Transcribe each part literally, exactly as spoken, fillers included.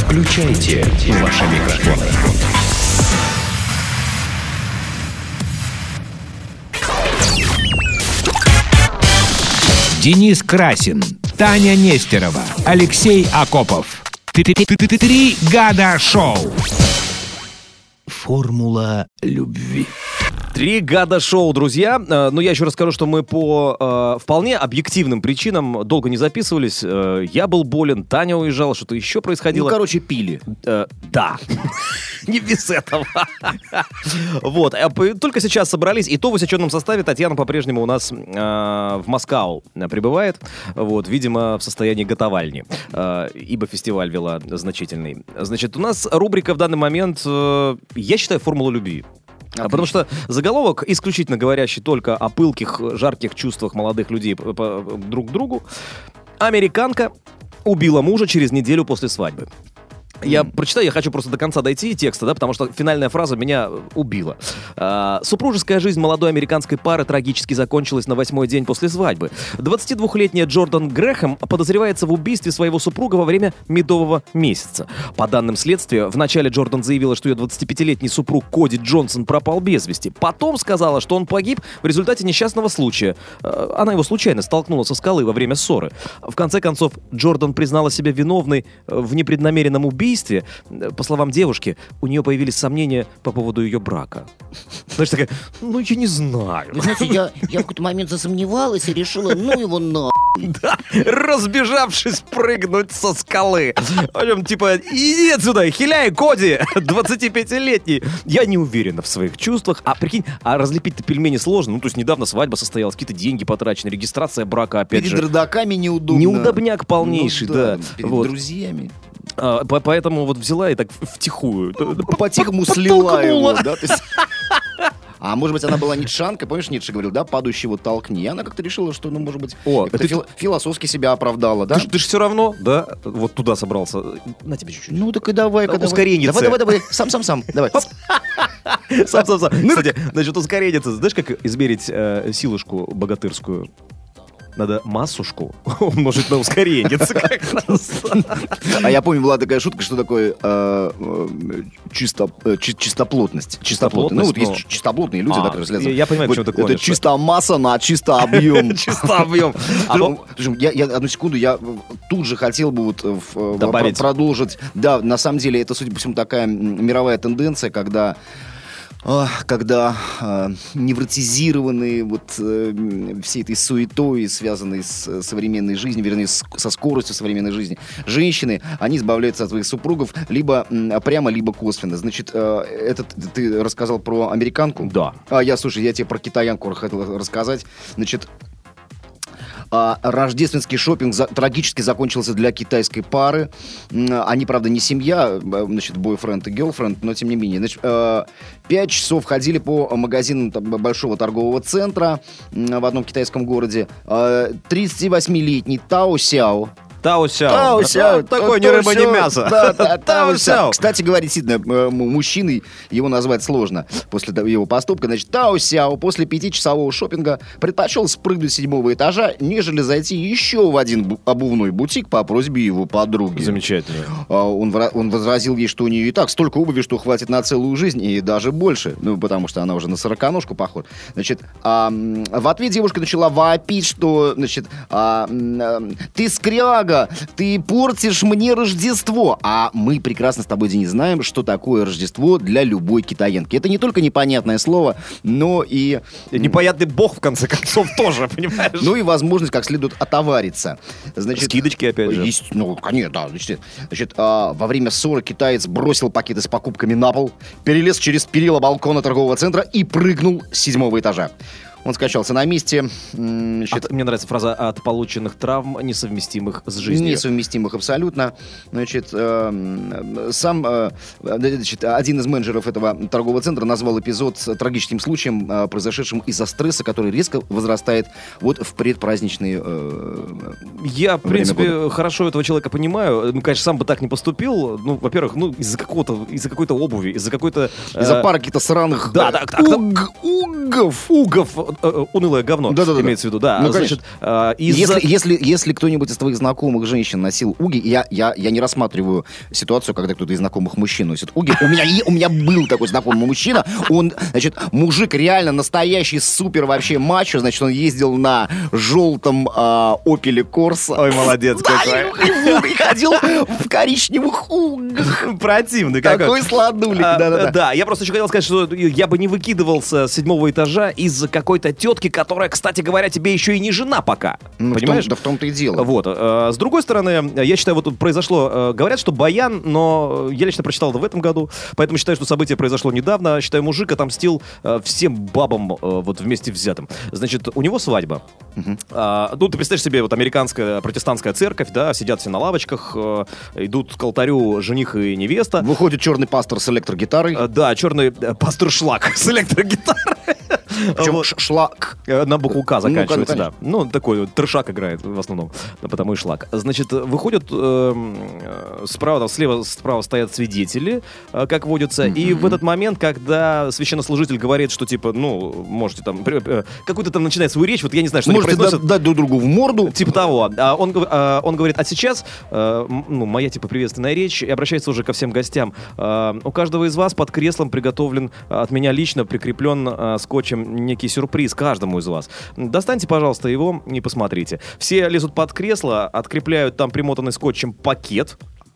Включайте ваши микрофоны. Денис Красин, Таня Нестерова, Алексей Акопов. Три года шоу. Формула любви. Три года шоу, друзья. Но я еще расскажу, что мы по э, вполне объективным причинам долго не записывались. Э, я был болен, Таня уезжала, что-то еще происходило. Ну, короче, пили. Э, да. Не без этого. Вот. Только сейчас собрались. И то в усеченном составе Татьяна по-прежнему у нас в Москау прибывает. Вот. Видимо, в состоянии готовальни. Ибо фестиваль вела значительный. Значит, у нас рубрика в данный момент, я считаю, «Формула любви». Отлично. Потому что заголовок, исключительно говорящий только о пылких, жарких чувствах молодых людей друг к другу. Американка убила мужа через неделю после свадьбы. Я mm. прочитаю, я хочу просто до конца дойти текста, да, потому что финальная фраза меня убила. А, супружеская жизнь молодой американской пары трагически закончилась на восьмой день после свадьбы. двадцатидвухлетняя Джордан Грэхэм подозревается в убийстве своего супруга во время медового месяца. По данным следствия, вначале Джордан заявила, что ее двадцатипятилетний супруг Коди Джонсон пропал без вести. Потом сказала, что он погиб в результате несчастного случая. Она его случайно столкнула со скалы во время ссоры. В конце концов, Джордан признала себя виновной в непреднамеренном убийстве. По словам девушки, у нее появились сомнения по поводу ее брака. Знаешь, такая, ну я не знаю. Вы знаете, я, я в какой-то момент засомневалась и решила, ну его на... Да, разбежавшись прыгнуть со скалы. Потом типа, иди отсюда, хиляй, Коди, двадцатипятилетний. Я не уверена в своих чувствах. А прикинь, а разлепить-то пельмени сложно. Ну, то есть недавно свадьба состоялась, какие-то деньги потрачены, регистрация брака, опять перед же. Перед родаками неудобно. Неудобняк полнейший, ну, да. да. Перед вот. друзьями. А, по- поэтому вот взяла и так втихую. По-тихому слила его, да? То есть... А может быть, она была ницшанкой, помнишь, Ницше говорил, да, падающего толкни. И она как-то решила, что, ну, может быть, О, это ты... фил- философски себя оправдала, да? Ты, ж- ты же все равно, да, вот туда собрался. На тебе чуть-чуть. Ну, так и давай-ка, давай. Ускоренница. Давай, давай, давай, сам-сам-сам, давай. Сам-сам-сам. Кстати, значит, ускоренница. Знаешь, как измерить э, силушку богатырскую? Надо массушку умножить на ускоренницу как раз. А я помню, была такая шутка, что такое э, э, чисто, э, чи- чистоплотность. Чистоплотность. Ну, вот но... есть чистоплотные люди, а, да, которые слезают. Я понимаю, вот, к чему ты клонишь. Это чисто масса на чисто объем. Чисто объем. Я, я, одну секунду, я тут же хотел бы вот в, добавить. продолжить. Да, на самом деле, это, судя по всему, такая мировая тенденция, когда... когда э, невротизированные вот э, всей этой суетой, связанной с современной жизнью, вернее, с, со скоростью современной жизни, женщины, они избавляются от своих супругов либо м, прямо, либо косвенно. Значит, э, этот ты рассказал про американку? Да. А я, слушай, я тебе про китаянку хотел рассказать. Значит, А, рождественский шопинг за, трагически закончился для китайской пары. Они, правда, не семья, значит, бойфренд и герлфренд, но тем не менее. Значит, э, пять часов ходили по магазинам там, большого торгового центра в одном китайском городе. Э, тридцативосьмилетний Тао Сяо. Тао Сяо. Тао Сяо. Такой ни рыба, ни мясо. Да, да, Тао Сяо. Сяо. Кстати говоря, действительно, мужчиной его назвать сложно после его поступка. Значит, Тао Сяо после пятичасового шопинга предпочел спрыгнуть с седьмого этажа, нежели зайти еще в один обувной бутик по просьбе его подруги. Замечательно. Он, он возразил ей, что у нее и так столько обуви, что хватит на целую жизнь, и даже больше. Ну, потому что она уже на сороконожку поход. Значит, а, в ответ девушка начала вопить, что, значит, а, а, ты скряга, ты портишь мне Рождество. А мы прекрасно с тобой, Денис, знаем, что такое Рождество для любой китаянки. Это не только непонятное слово, но и... Непонятный бог, в конце концов, тоже, понимаешь? Ну и возможность как следует отовариться. Значит, скидочки, опять же. Есть, ну, конечно, да. Значит, значит а, во время ссоры китаец бросил пакеты с покупками на пол, перелез через перила балкона торгового центра и прыгнул с седьмого этажа. Он скачался на месте. Значит, от, мне нравится фраза «от полученных травм, несовместимых с жизнью». Несовместимых абсолютно. Значит, э, сам э, значит, один из менеджеров этого торгового центра назвал эпизод трагическим случаем, э, произошедшим из-за стресса, который резко возрастает вот в предпраздничные э, Я, в принципе, года. хорошо этого человека понимаю. Ну, конечно, сам бы так не поступил. Ну, во-первых, ну, из-за какого-то, из-за какой-то обуви, из-за какой-то... Из-за э, пары каких-то сраных да, да, уг, угов. угов. ну, э, унылое говно, Да-да-да. имеется в виду, да. Ну, Значит, э, из-за- Если, если, если кто-нибудь из твоих знакомых женщин носил уги, я, я, я не рассматриваю ситуацию, когда кто-то из знакомых мужчин носит уги. У меня, е- у меня был такой знакомый мужчина, он, значит, мужик реально настоящий супер вообще мачо, значит, он ездил на желтом а, Opel Corsa. Ой, молодец Да, какой. и, и в уг- и ходил в коричневых угах. Противный Такой какой. сладулик, А, да-да-да. Да, я просто еще хотел сказать, что я бы не выкидывался с седьмого этажа из-за какой-то тетки, которая, кстати говоря, тебе еще и не жена пока. Ну, в том- Понимаешь? да в том-то и дело. Вот. э, С другой стороны, я считаю, вот тут произошло, э, говорят, что баян, но я лично прочитал это в этом году, поэтому считаю, что событие произошло недавно. Считаю, мужик отомстил э, всем бабам э, вот вместе взятым. Значит, у него свадьба. А, ну, ты представляешь себе, вот американская протестантская церковь, да, сидят все на лавочках, э, идут к алтарю жених и невеста. Выходит черный пастор с электрогитарой. Э, Да, черный э, пастор Шлак с электрогитарой. Причем Вот. ш- шлак. Э, На букву К заканчивается, Ну, да. Ну, такой вот трешак играет в основном, да, потому и шлак. Значит, выходят эм, э, справа, там, слева, справа стоят свидетели, э, как водится, и в этот момент, когда священнослужитель говорит, что типа, ну, можете там, при- э, какую-то там начинает свою речь, вот я не знаю, что они Можете произносят. да- дать друг другу в морду. Типа того. А он, гов- а он говорит, а сейчас, э, м, ну, моя, типа, приветственная речь, и обращается уже ко всем гостям. Э, у каждого из вас под креслом приготовлен, э, от меня лично прикреплен э, скотчем некий сюрприз каждому из вас. Достаньте, пожалуйста, его и посмотрите. Все лезут под кресло, открепляют там примотанный скотчем пакет.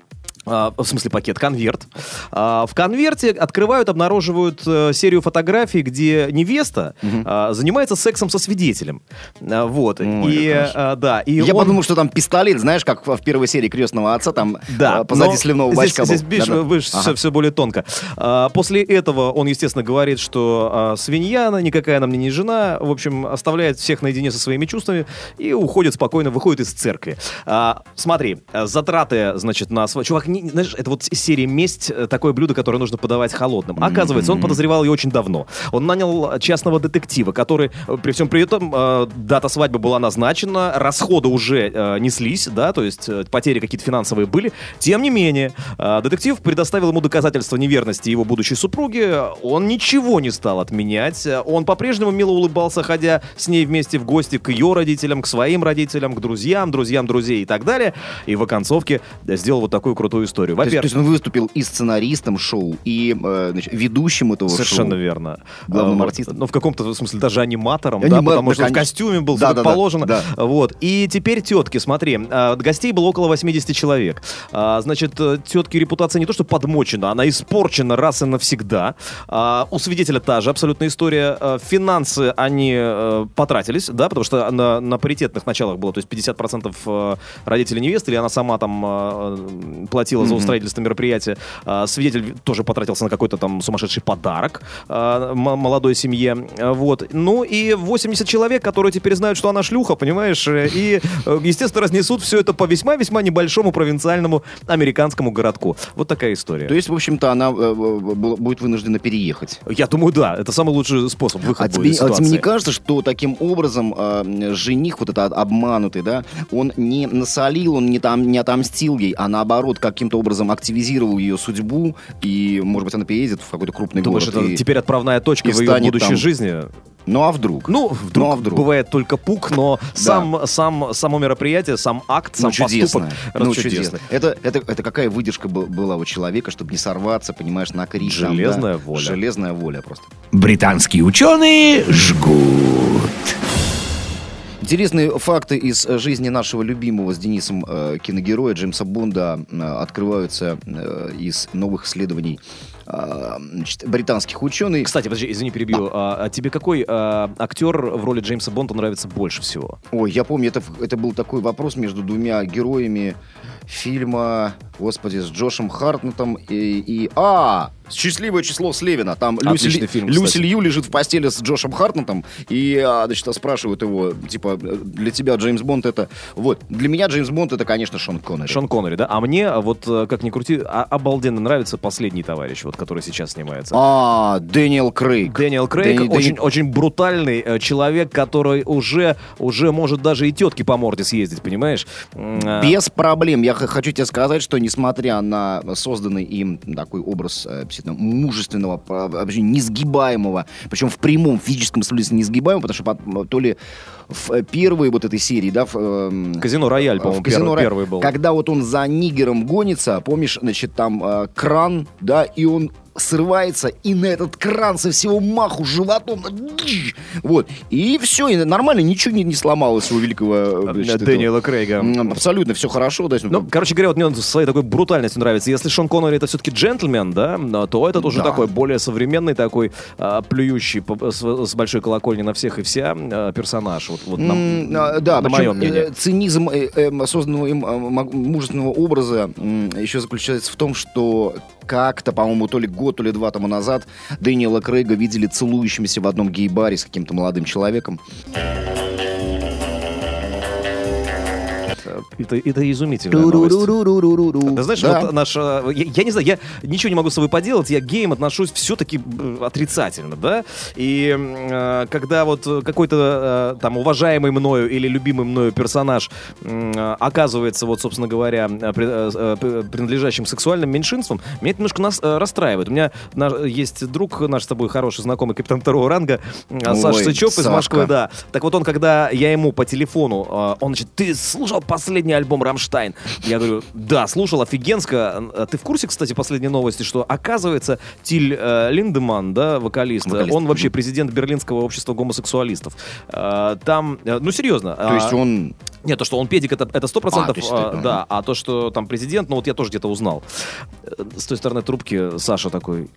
А, в смысле пакет, конверт. А, в конверте открывают, обнаруживают э, серию фотографий, где невеста а, занимается сексом со свидетелем. А, вот. Ой, и, это а, да, и Я он- подумал, что там пистолет, знаешь, как в в первой серии «Крестного отца», там Да, э, позади но сливного здесь, бачка здесь, был. видишь, Да-да. видишь, Ага. все, все более тонко. А, после этого он, естественно, говорит, что а, свинья она, никакая она мне не жена, в общем, оставляет всех наедине со своими чувствами и уходит спокойно, выходит из церкви. А, смотри, а, затраты, значит, на... сва- Чувак, не- знаешь, это вот из серии «Месть», э, такое блюдо, которое нужно подавать холодным. Оказывается, он подозревал ее очень давно. Он нанял частного детектива, который, э, при всем при этом, э, дата свадьбы была назначена, расходы уже э, неслись, да, то есть э, потери какие-то финансовые были. Тем не менее, э, детектив предоставил ему доказательства неверности его будущей супруги. Он ничего не стал отменять. Он по-прежнему мило улыбался, ходя с ней вместе в гости к ее родителям, к своим родителям, к друзьям, друзьям друзей и так далее. И в оконцовке сделал вот такую крутую историю. То есть, то Во-первых, есть он выступил и сценаристом шоу, и э, значит, ведущим этого совершенно шоу. верно. Главным А, вот. артистом. Ну, в каком-то смысле даже аниматором, да, Аниматор, потому да, что в конечно. костюме был, Да, как да, да, положено. да. Вот. И теперь тетки, смотри, а, гостей было около восемьдесят человек. А, Значит, э, тетки репутация не то, что подмочена, она испорчена раз и навсегда. А, У свидетеля та же абсолютная история. А, Финансы они э, потратились, да, потому что на, на паритетных началах было, то есть пятьдесят процентов э, родителей невесты, или она сама там э, платила за устроительство мероприятия. А, Свидетель тоже потратился на какой-то там сумасшедший подарок а, м- молодой семье. А, Вот. Ну и восемьдесят человек, которые теперь знают, что она шлюха, понимаешь, э, и, э, естественно, разнесут все это по весьма-весьма небольшому провинциальному американскому городку. Вот такая история. То есть, в общем-то, она э, э, бу- будет вынуждена переехать. Я думаю, да, это самый лучший способ выхода А будет тебе, из а тебе ситуации. не кажется, что таким образом э, жених, вот этот обманутый, да, он не насолил, он не, там, не отомстил ей, а наоборот каким-то образом активизировал ее судьбу, и, может быть, она переедет в какой-то крупный Думаешь, город. это и- теперь отправная точка и в ее станет будущей там- жизни? Ну, а вдруг? Ну, вдруг, Ну, а вдруг? бывает только пук, но сам, сам, само мероприятие, сам акт, сам Ну, поступок чудесно. Ну, расчудесный. чудесно. Это, это, это какая выдержка бу- была у человека, чтобы не сорваться, понимаешь, на крик. там, Железная да? воля. Железная воля просто. Британские ученые жгут. Интересные факты из э, жизни нашего любимого с Денисом э, киногероя Джеймса Бонда э, открываются э, из новых исследований э, значит, британских ученых. Кстати, подожди, извини, перебью. А, а тебе какой а, актер в роли Джеймса Бонда нравится больше всего? Ой, я помню, это, это был такой вопрос между двумя героями фильма, господи, с Джошем Хартнеттом и... и а, «Счастливое число Слевина». Там Люси, Отличный Ли- фильм, Люси кстати. Лью лежит в постели с Джошем Хартнеттом, и, а, значит, спрашивают его, типа, для тебя Джеймс Бонд это... Вот, для меня Джеймс Бонд это, конечно, Шон Коннери. Шон Коннери, да? А мне, вот, э, как ни крути, а- обалденно нравится «Последний товарищ». Вот который сейчас снимается. А, Дэниел Крейг. Дэниел Крейг, Дэни- очень, Дэни- очень брутальный э, человек, который уже, уже может даже и тетки по морде съездить, понимаешь? М, а, Без проблем. Я х- хочу тебе сказать, что несмотря на созданный им такой образ э, действительно мужественного, по- вообще несгибаемого, причем в прямом физическом смысле несгибаемого, потому что по- то ли в э, первой вот этой серии, да, в, эм, Казино Рояль, в по-моему, Казино первый, Рояль, первый был. когда вот он за нигером гонится, помнишь, значит, там э, кран, да, и он срывается и на этот кран со всего маху животом. Вот. И все, и нормально, ничего не, не сломалось у великого значит, Дэниела этого. Крейга. М, Абсолютно все хорошо. Да, Ну, короче говоря, вот мне он своей такой брутальностью нравится. Если Шон Коннери это все-таки джентльмен, да, то этот уже Да. такой более современный, такой а, плюющий по- с, с большой колокольни на всех и вся а, персонаж. Вот, вот на, М, а, да, на причем, моем мнении. э, цинизм э, э, созданного им э, мо- мужественного образа м, еще заключается в том, что как-то, по-моему, то ли год, то ли два тому назад Дэниела Крейга видели целующимся в одном гей-баре с каким-то молодым человеком. Это, это изумительная новость. Ты знаешь, Да. вот наш, э, я, я не знаю, я ничего не могу с собой поделать, я к геям отношусь все-таки э, отрицательно, да, и э, когда вот какой-то э, там уважаемый мною или любимый мною персонаж э, оказывается, вот, собственно говоря, э, при- э, э, принадлежащим сексуальным меньшинствам, меня это немножко нас, э, расстраивает. У меня наш- есть друг, наш с тобой хороший знакомый, капитан второго ранга, э, Саша Ой, Сычев из Сашка. Москвы, да. Так вот он, когда я ему по телефону, э, он, значит, ты слушал последний альбом «Рамштайн»? Я говорю, да, слушал, офигенско. А ты в курсе, кстати, последней новости, что, оказывается, Тиль э, Линдеманн, да, вокалист, Вокалист. он вообще президент Берлинского общества гомосексуалистов. Э, там, э, ну, серьезно. То есть он... Нет, то, что он педик, это, это сто процентов, А, то есть а, это, да, а то, что там президент, ну, вот я тоже где-то узнал. Э, С той стороны трубки Саша такой...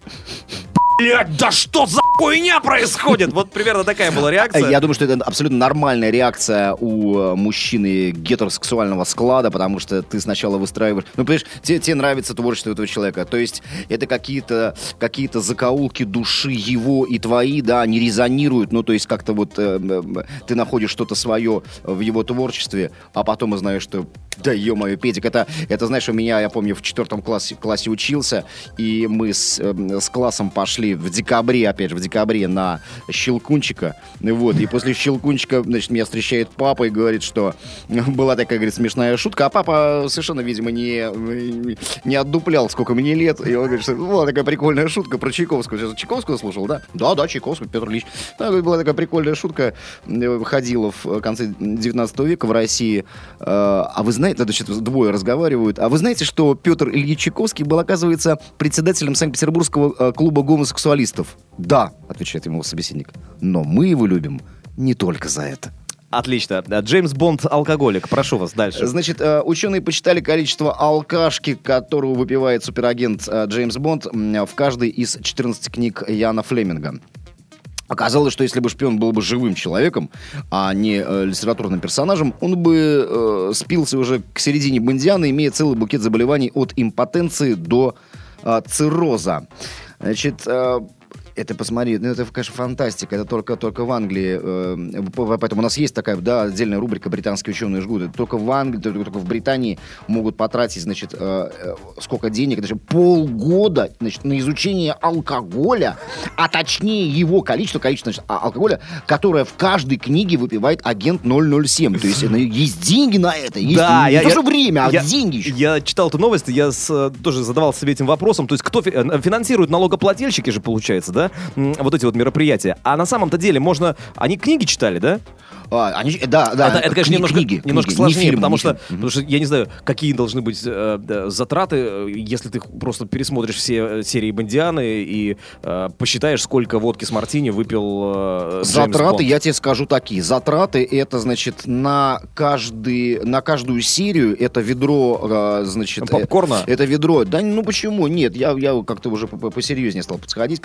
Блядь, да что за хуйня происходит? Вот примерно такая была реакция. Я думаю, что это абсолютно нормальная реакция у э, мужчины гетеросексуального склада, потому что ты сначала выстраиваешь... Ну, понимаешь, тебе, тебе нравится творчество этого человека. То есть это какие-то какие-то закоулки души его и твои, да, они резонируют. Ну, то есть как-то вот э, э, ты находишь что-то свое в его творчестве, а потом узнаешь, что... Да, ё-моё, Педик, это, это, знаешь, у меня, я помню, в четвертом классе, классе учился, и мы с, э, с классом пошли в декабре, опять же, в декабре на Щелкунчика, вот, и после Щелкунчика, значит, меня встречает папа и говорит, что была такая, говорит, смешная шутка, а папа совершенно, видимо, не, не отдуплял, сколько мне лет, и он говорит, что была такая прикольная шутка про Чайковского. Сейчас Чайковского слушал, да? Да, да, Чайковский, Петр Ильич. Да, была такая прикольная шутка, э, ходила в конце девятнадцатого века в России, э, а вы знаете, значит, двое разговаривают, а вы знаете, что Петр Ильич Чайковский был, оказывается, председателем Санкт-Петербургского э, клуба гомосексуалистов? Да, отвечает ему собеседник, но мы его любим не только за это. Отлично. Джеймс Бонд алкоголик. Прошу вас, дальше. Значит, э, ученые посчитали количество алкашки, которую выпивает суперагент э, Джеймс Бонд м, в каждой из четырнадцати книг Яна Флеминга. Оказалось, что если бы шпион был бы живым человеком, а не э, литературным персонажем, он бы э, спился уже к середине бондиана, имея целый букет заболеваний от импотенции до э, цирроза. Значит, э, это, посмотри, ну, это, конечно, фантастика. Это только, только в Англии. Э, поэтому у нас есть такая, да, отдельная рубрика «Британские ученые жгут». Это только в Англии, только, только в Британии могут потратить, значит, э, э, сколько денег? Значит, полгода, значит, на изучение алкоголя, а точнее его количество, количество, значит, алкоголя, которое в каждой книге выпивает агент ноль ноль семь. То есть, ну, есть деньги на это. Есть Да, не я, то, я- что время, а я- деньги еще. Я читал эту новость, я с- тоже задавал себе этим вопросом. То есть кто фи- э, финансирует? Налогоплательщики же, получается, да? М, Вот эти вот мероприятия. А на самом-то деле можно... Они книги читали, да? А, они, да, да. это, это, конечно, кни- немножко, книги, немножко книги, не сложнее, фильмы, потому, не что, фильмы. Мгм. потому что я не знаю, какие должны быть э, да, затраты, э, если ты просто пересмотришь все э, серии Бондианы и э, посчитаешь, сколько водки с мартини выпил э, Джеймс Затраты, Бонд. я тебе скажу такие. Затраты это, значит, на, каждый, на каждую серию это ведро, э, значит... Попкорна? э, Это ведро. Да ну почему? Нет, я, я как-то уже по- по- посерьезнее стал подходить. Какой попкорн?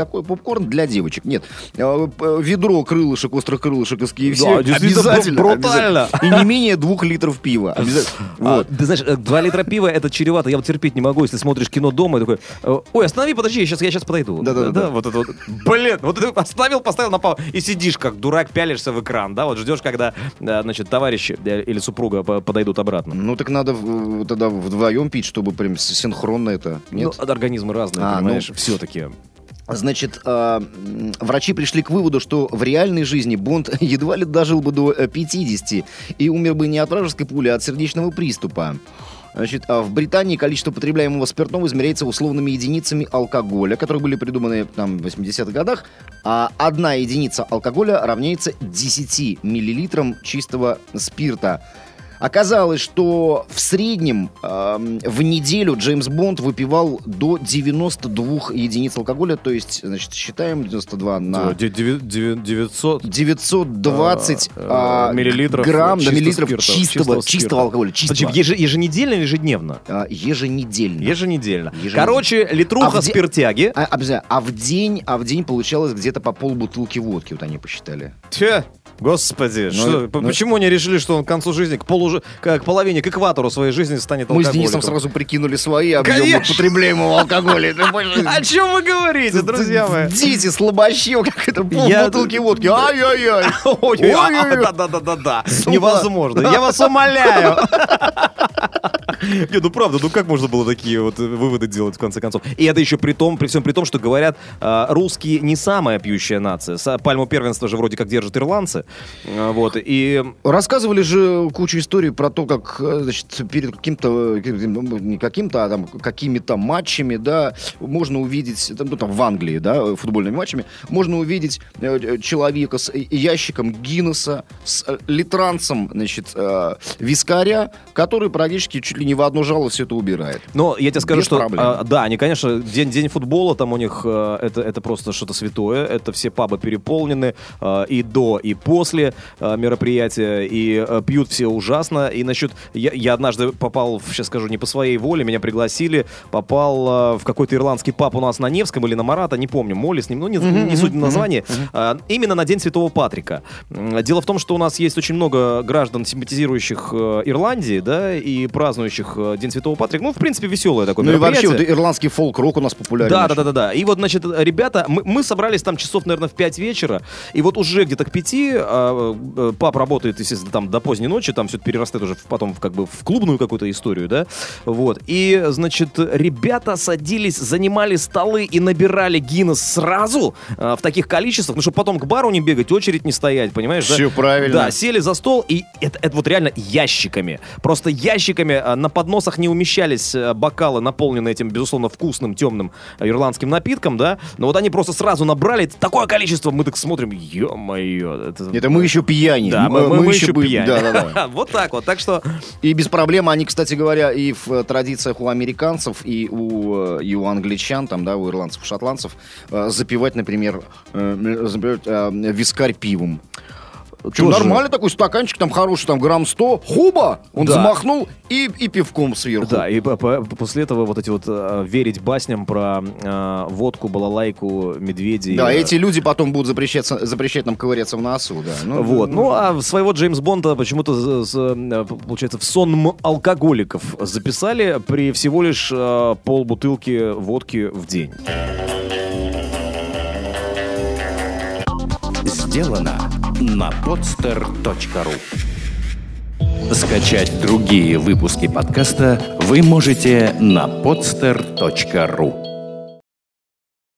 попкорн для девочек. Нет. Э, ведро крылышек, острых крылышек из кей эф си. Да, действительно, обязательно. брутально. Обязательно. И не менее двух литров пива. Обязательно. А, Вот. ты знаешь, э, два литра пива это чревато. Я вот терпеть не могу, если смотришь кино дома и такой: э, ой, останови, подожди, я сейчас, я сейчас подойду. Да-да-да. Вот это вот. Блин, вот ты остановил, поставил на паузу и сидишь как дурак, пялишься в экран, да, вот ждешь, когда, э, значит, товарищи э, или супруга по- подойдут обратно. Ну так надо в- тогда вдвоем пить, чтобы прям синхронно это. Нет? Ну, организмы разные, А, понимаешь, ну. все-таки. Значит, э, м, врачи пришли к выводу, что в реальной жизни Бонд едва ли дожил бы до э, пятидесяти и умер бы не от вражеской пули, а от сердечного приступа. Значит, а в Британии количество потребляемого спиртного измеряется условными единицами алкоголя, которые были придуманы там, в восьмидесятых годах, а одна единица алкоголя равняется десяти миллилитрам чистого спирта. Оказалось, что в среднем э, в неделю Джеймс Бонд выпивал до девяноста двух единиц алкоголя, то есть, значит, считаем девяносто два на девятьсот девятьсот двадцать а, а, миллилитров грамм, да, чистого миллилитров спирта, чистого, чистого чистого, спирта. алкоголя. Чистого. Подожди, еже- еженедельно или ежедневно? А, еженедельно. Еженедельно. Еженедельно. Короче, литруха А в де- спиртяги. А, обязательно. А в день, а в день получалось где-то по полбутылки водки, вот они посчитали. Тьфу, господи, Ну, что, п- ну- почему они решили, что он к концу жизни, к, полу, жи- к, к половине, к экватору своей жизни станет Мы с алкоголиком? Денисом сразу прикинули свои объемы Конечно. потребляемого алкоголя. Ты понимаешь? О чем вы говорите, друзья мои? Дети, слабачье, как это, Я- полбутылки водки. Ай-яй-яй. Ой, Ой-ой-ой. да-да-да-да-да. С ума. Невозможно. Я вас умоляю. Не, ну правда, ну как можно было такие вот выводы делать в конце концов? И это еще при том, при всем при том, что говорят, э, русские не самая пьющая нация. Са- Пальму первенства же вроде как держат ирландцы. Э, Вот, и... Рассказывали же кучу историй про то, как, э, значит, перед каким-то, ну, не каким-то, а там, какими-то матчами, да, можно увидеть, там, ну, там, в Англии, да, футбольными матчами, можно увидеть э, человека с ящиком Гиннесса, с э, литранцем, значит, э, вискаря, который практически чуть ли не в одно жало все это убирает. Но я тебе скажу, Без что проблем. а, да, они, конечно, день, день футбола, там у них а, это, это просто что-то святое, это все пабы переполнены а, и до, и после а, мероприятия, и а, пьют все ужасно. И насчет, я, я однажды попал, в, сейчас скажу, не по своей воле, меня пригласили, попал а, в какой-то ирландский паб у нас на Невском или на Марата, не помню, Молли с ним, ну не, не суть название, а, именно на День Святого Патрика. М, Дело в том, что у нас есть очень много граждан, симпатизирующих э, Ирландии, да, и празднующих э, День Святого Патрика. Ну, в принципе, веселое такое Ну и вообще, мероприятие. вот, ирландский фолк-рок у нас популярен. Да, да, очень. да, да, да. И вот, значит, ребята, мы, мы собрались там часов, наверное, в пять вечера, и вот уже где-то к пяти а, э, паб работает, естественно, там до поздней ночи, там все это перерастает уже в- потом в, как бы в клубную какую-то историю, да, вот. И, значит, ребята садились, занимали столы и набирали Гиннес сразу а, в таких количествах, ну, чтобы потом к бару не бегать, очередь не стоять, понимаешь, да? Всё правильно. Да, сели за стол, и это, это вот реально ящиками. Просто ящиками а, на подносах не умещались а, бокалы, наполненные этим, безусловно, вкусным, темным а, ирландским напитком, да. Но вот они просто сразу набрали такое количество, мы так смотрим, ё-моё. Это, Это мы еще пьяне. Да, мы, мы- мы еще бы- пьяне. Да, да, да. Вот так вот. Так что И без проблем они, кстати говоря, и в э, традициях у американцев, и у, э, и у англичан, там, да, у ирландцев, шотландцев, э, запивать, например, э, запивать, э, вискарь пивом. Причем тоже- нормальный такой стаканчик, там хороший, там грамм сто, хуба, он Да. замахнул и, и пивком сверху. Да, и по- по- после этого вот эти вот э, верить басням про э, водку, балалайку, медведей. Да, э, эти люди потом будут запрещаться, запрещать нам ковыряться в носу, да. Ну, Вот. Ну, а своего Джеймс Бонда почему-то, з- з- получается, в сон алкоголиков записали при всего лишь э, полбутылки водки в день. Сделано на podster точка ru. Скачать другие выпуски подкаста вы можете на podster точка ru.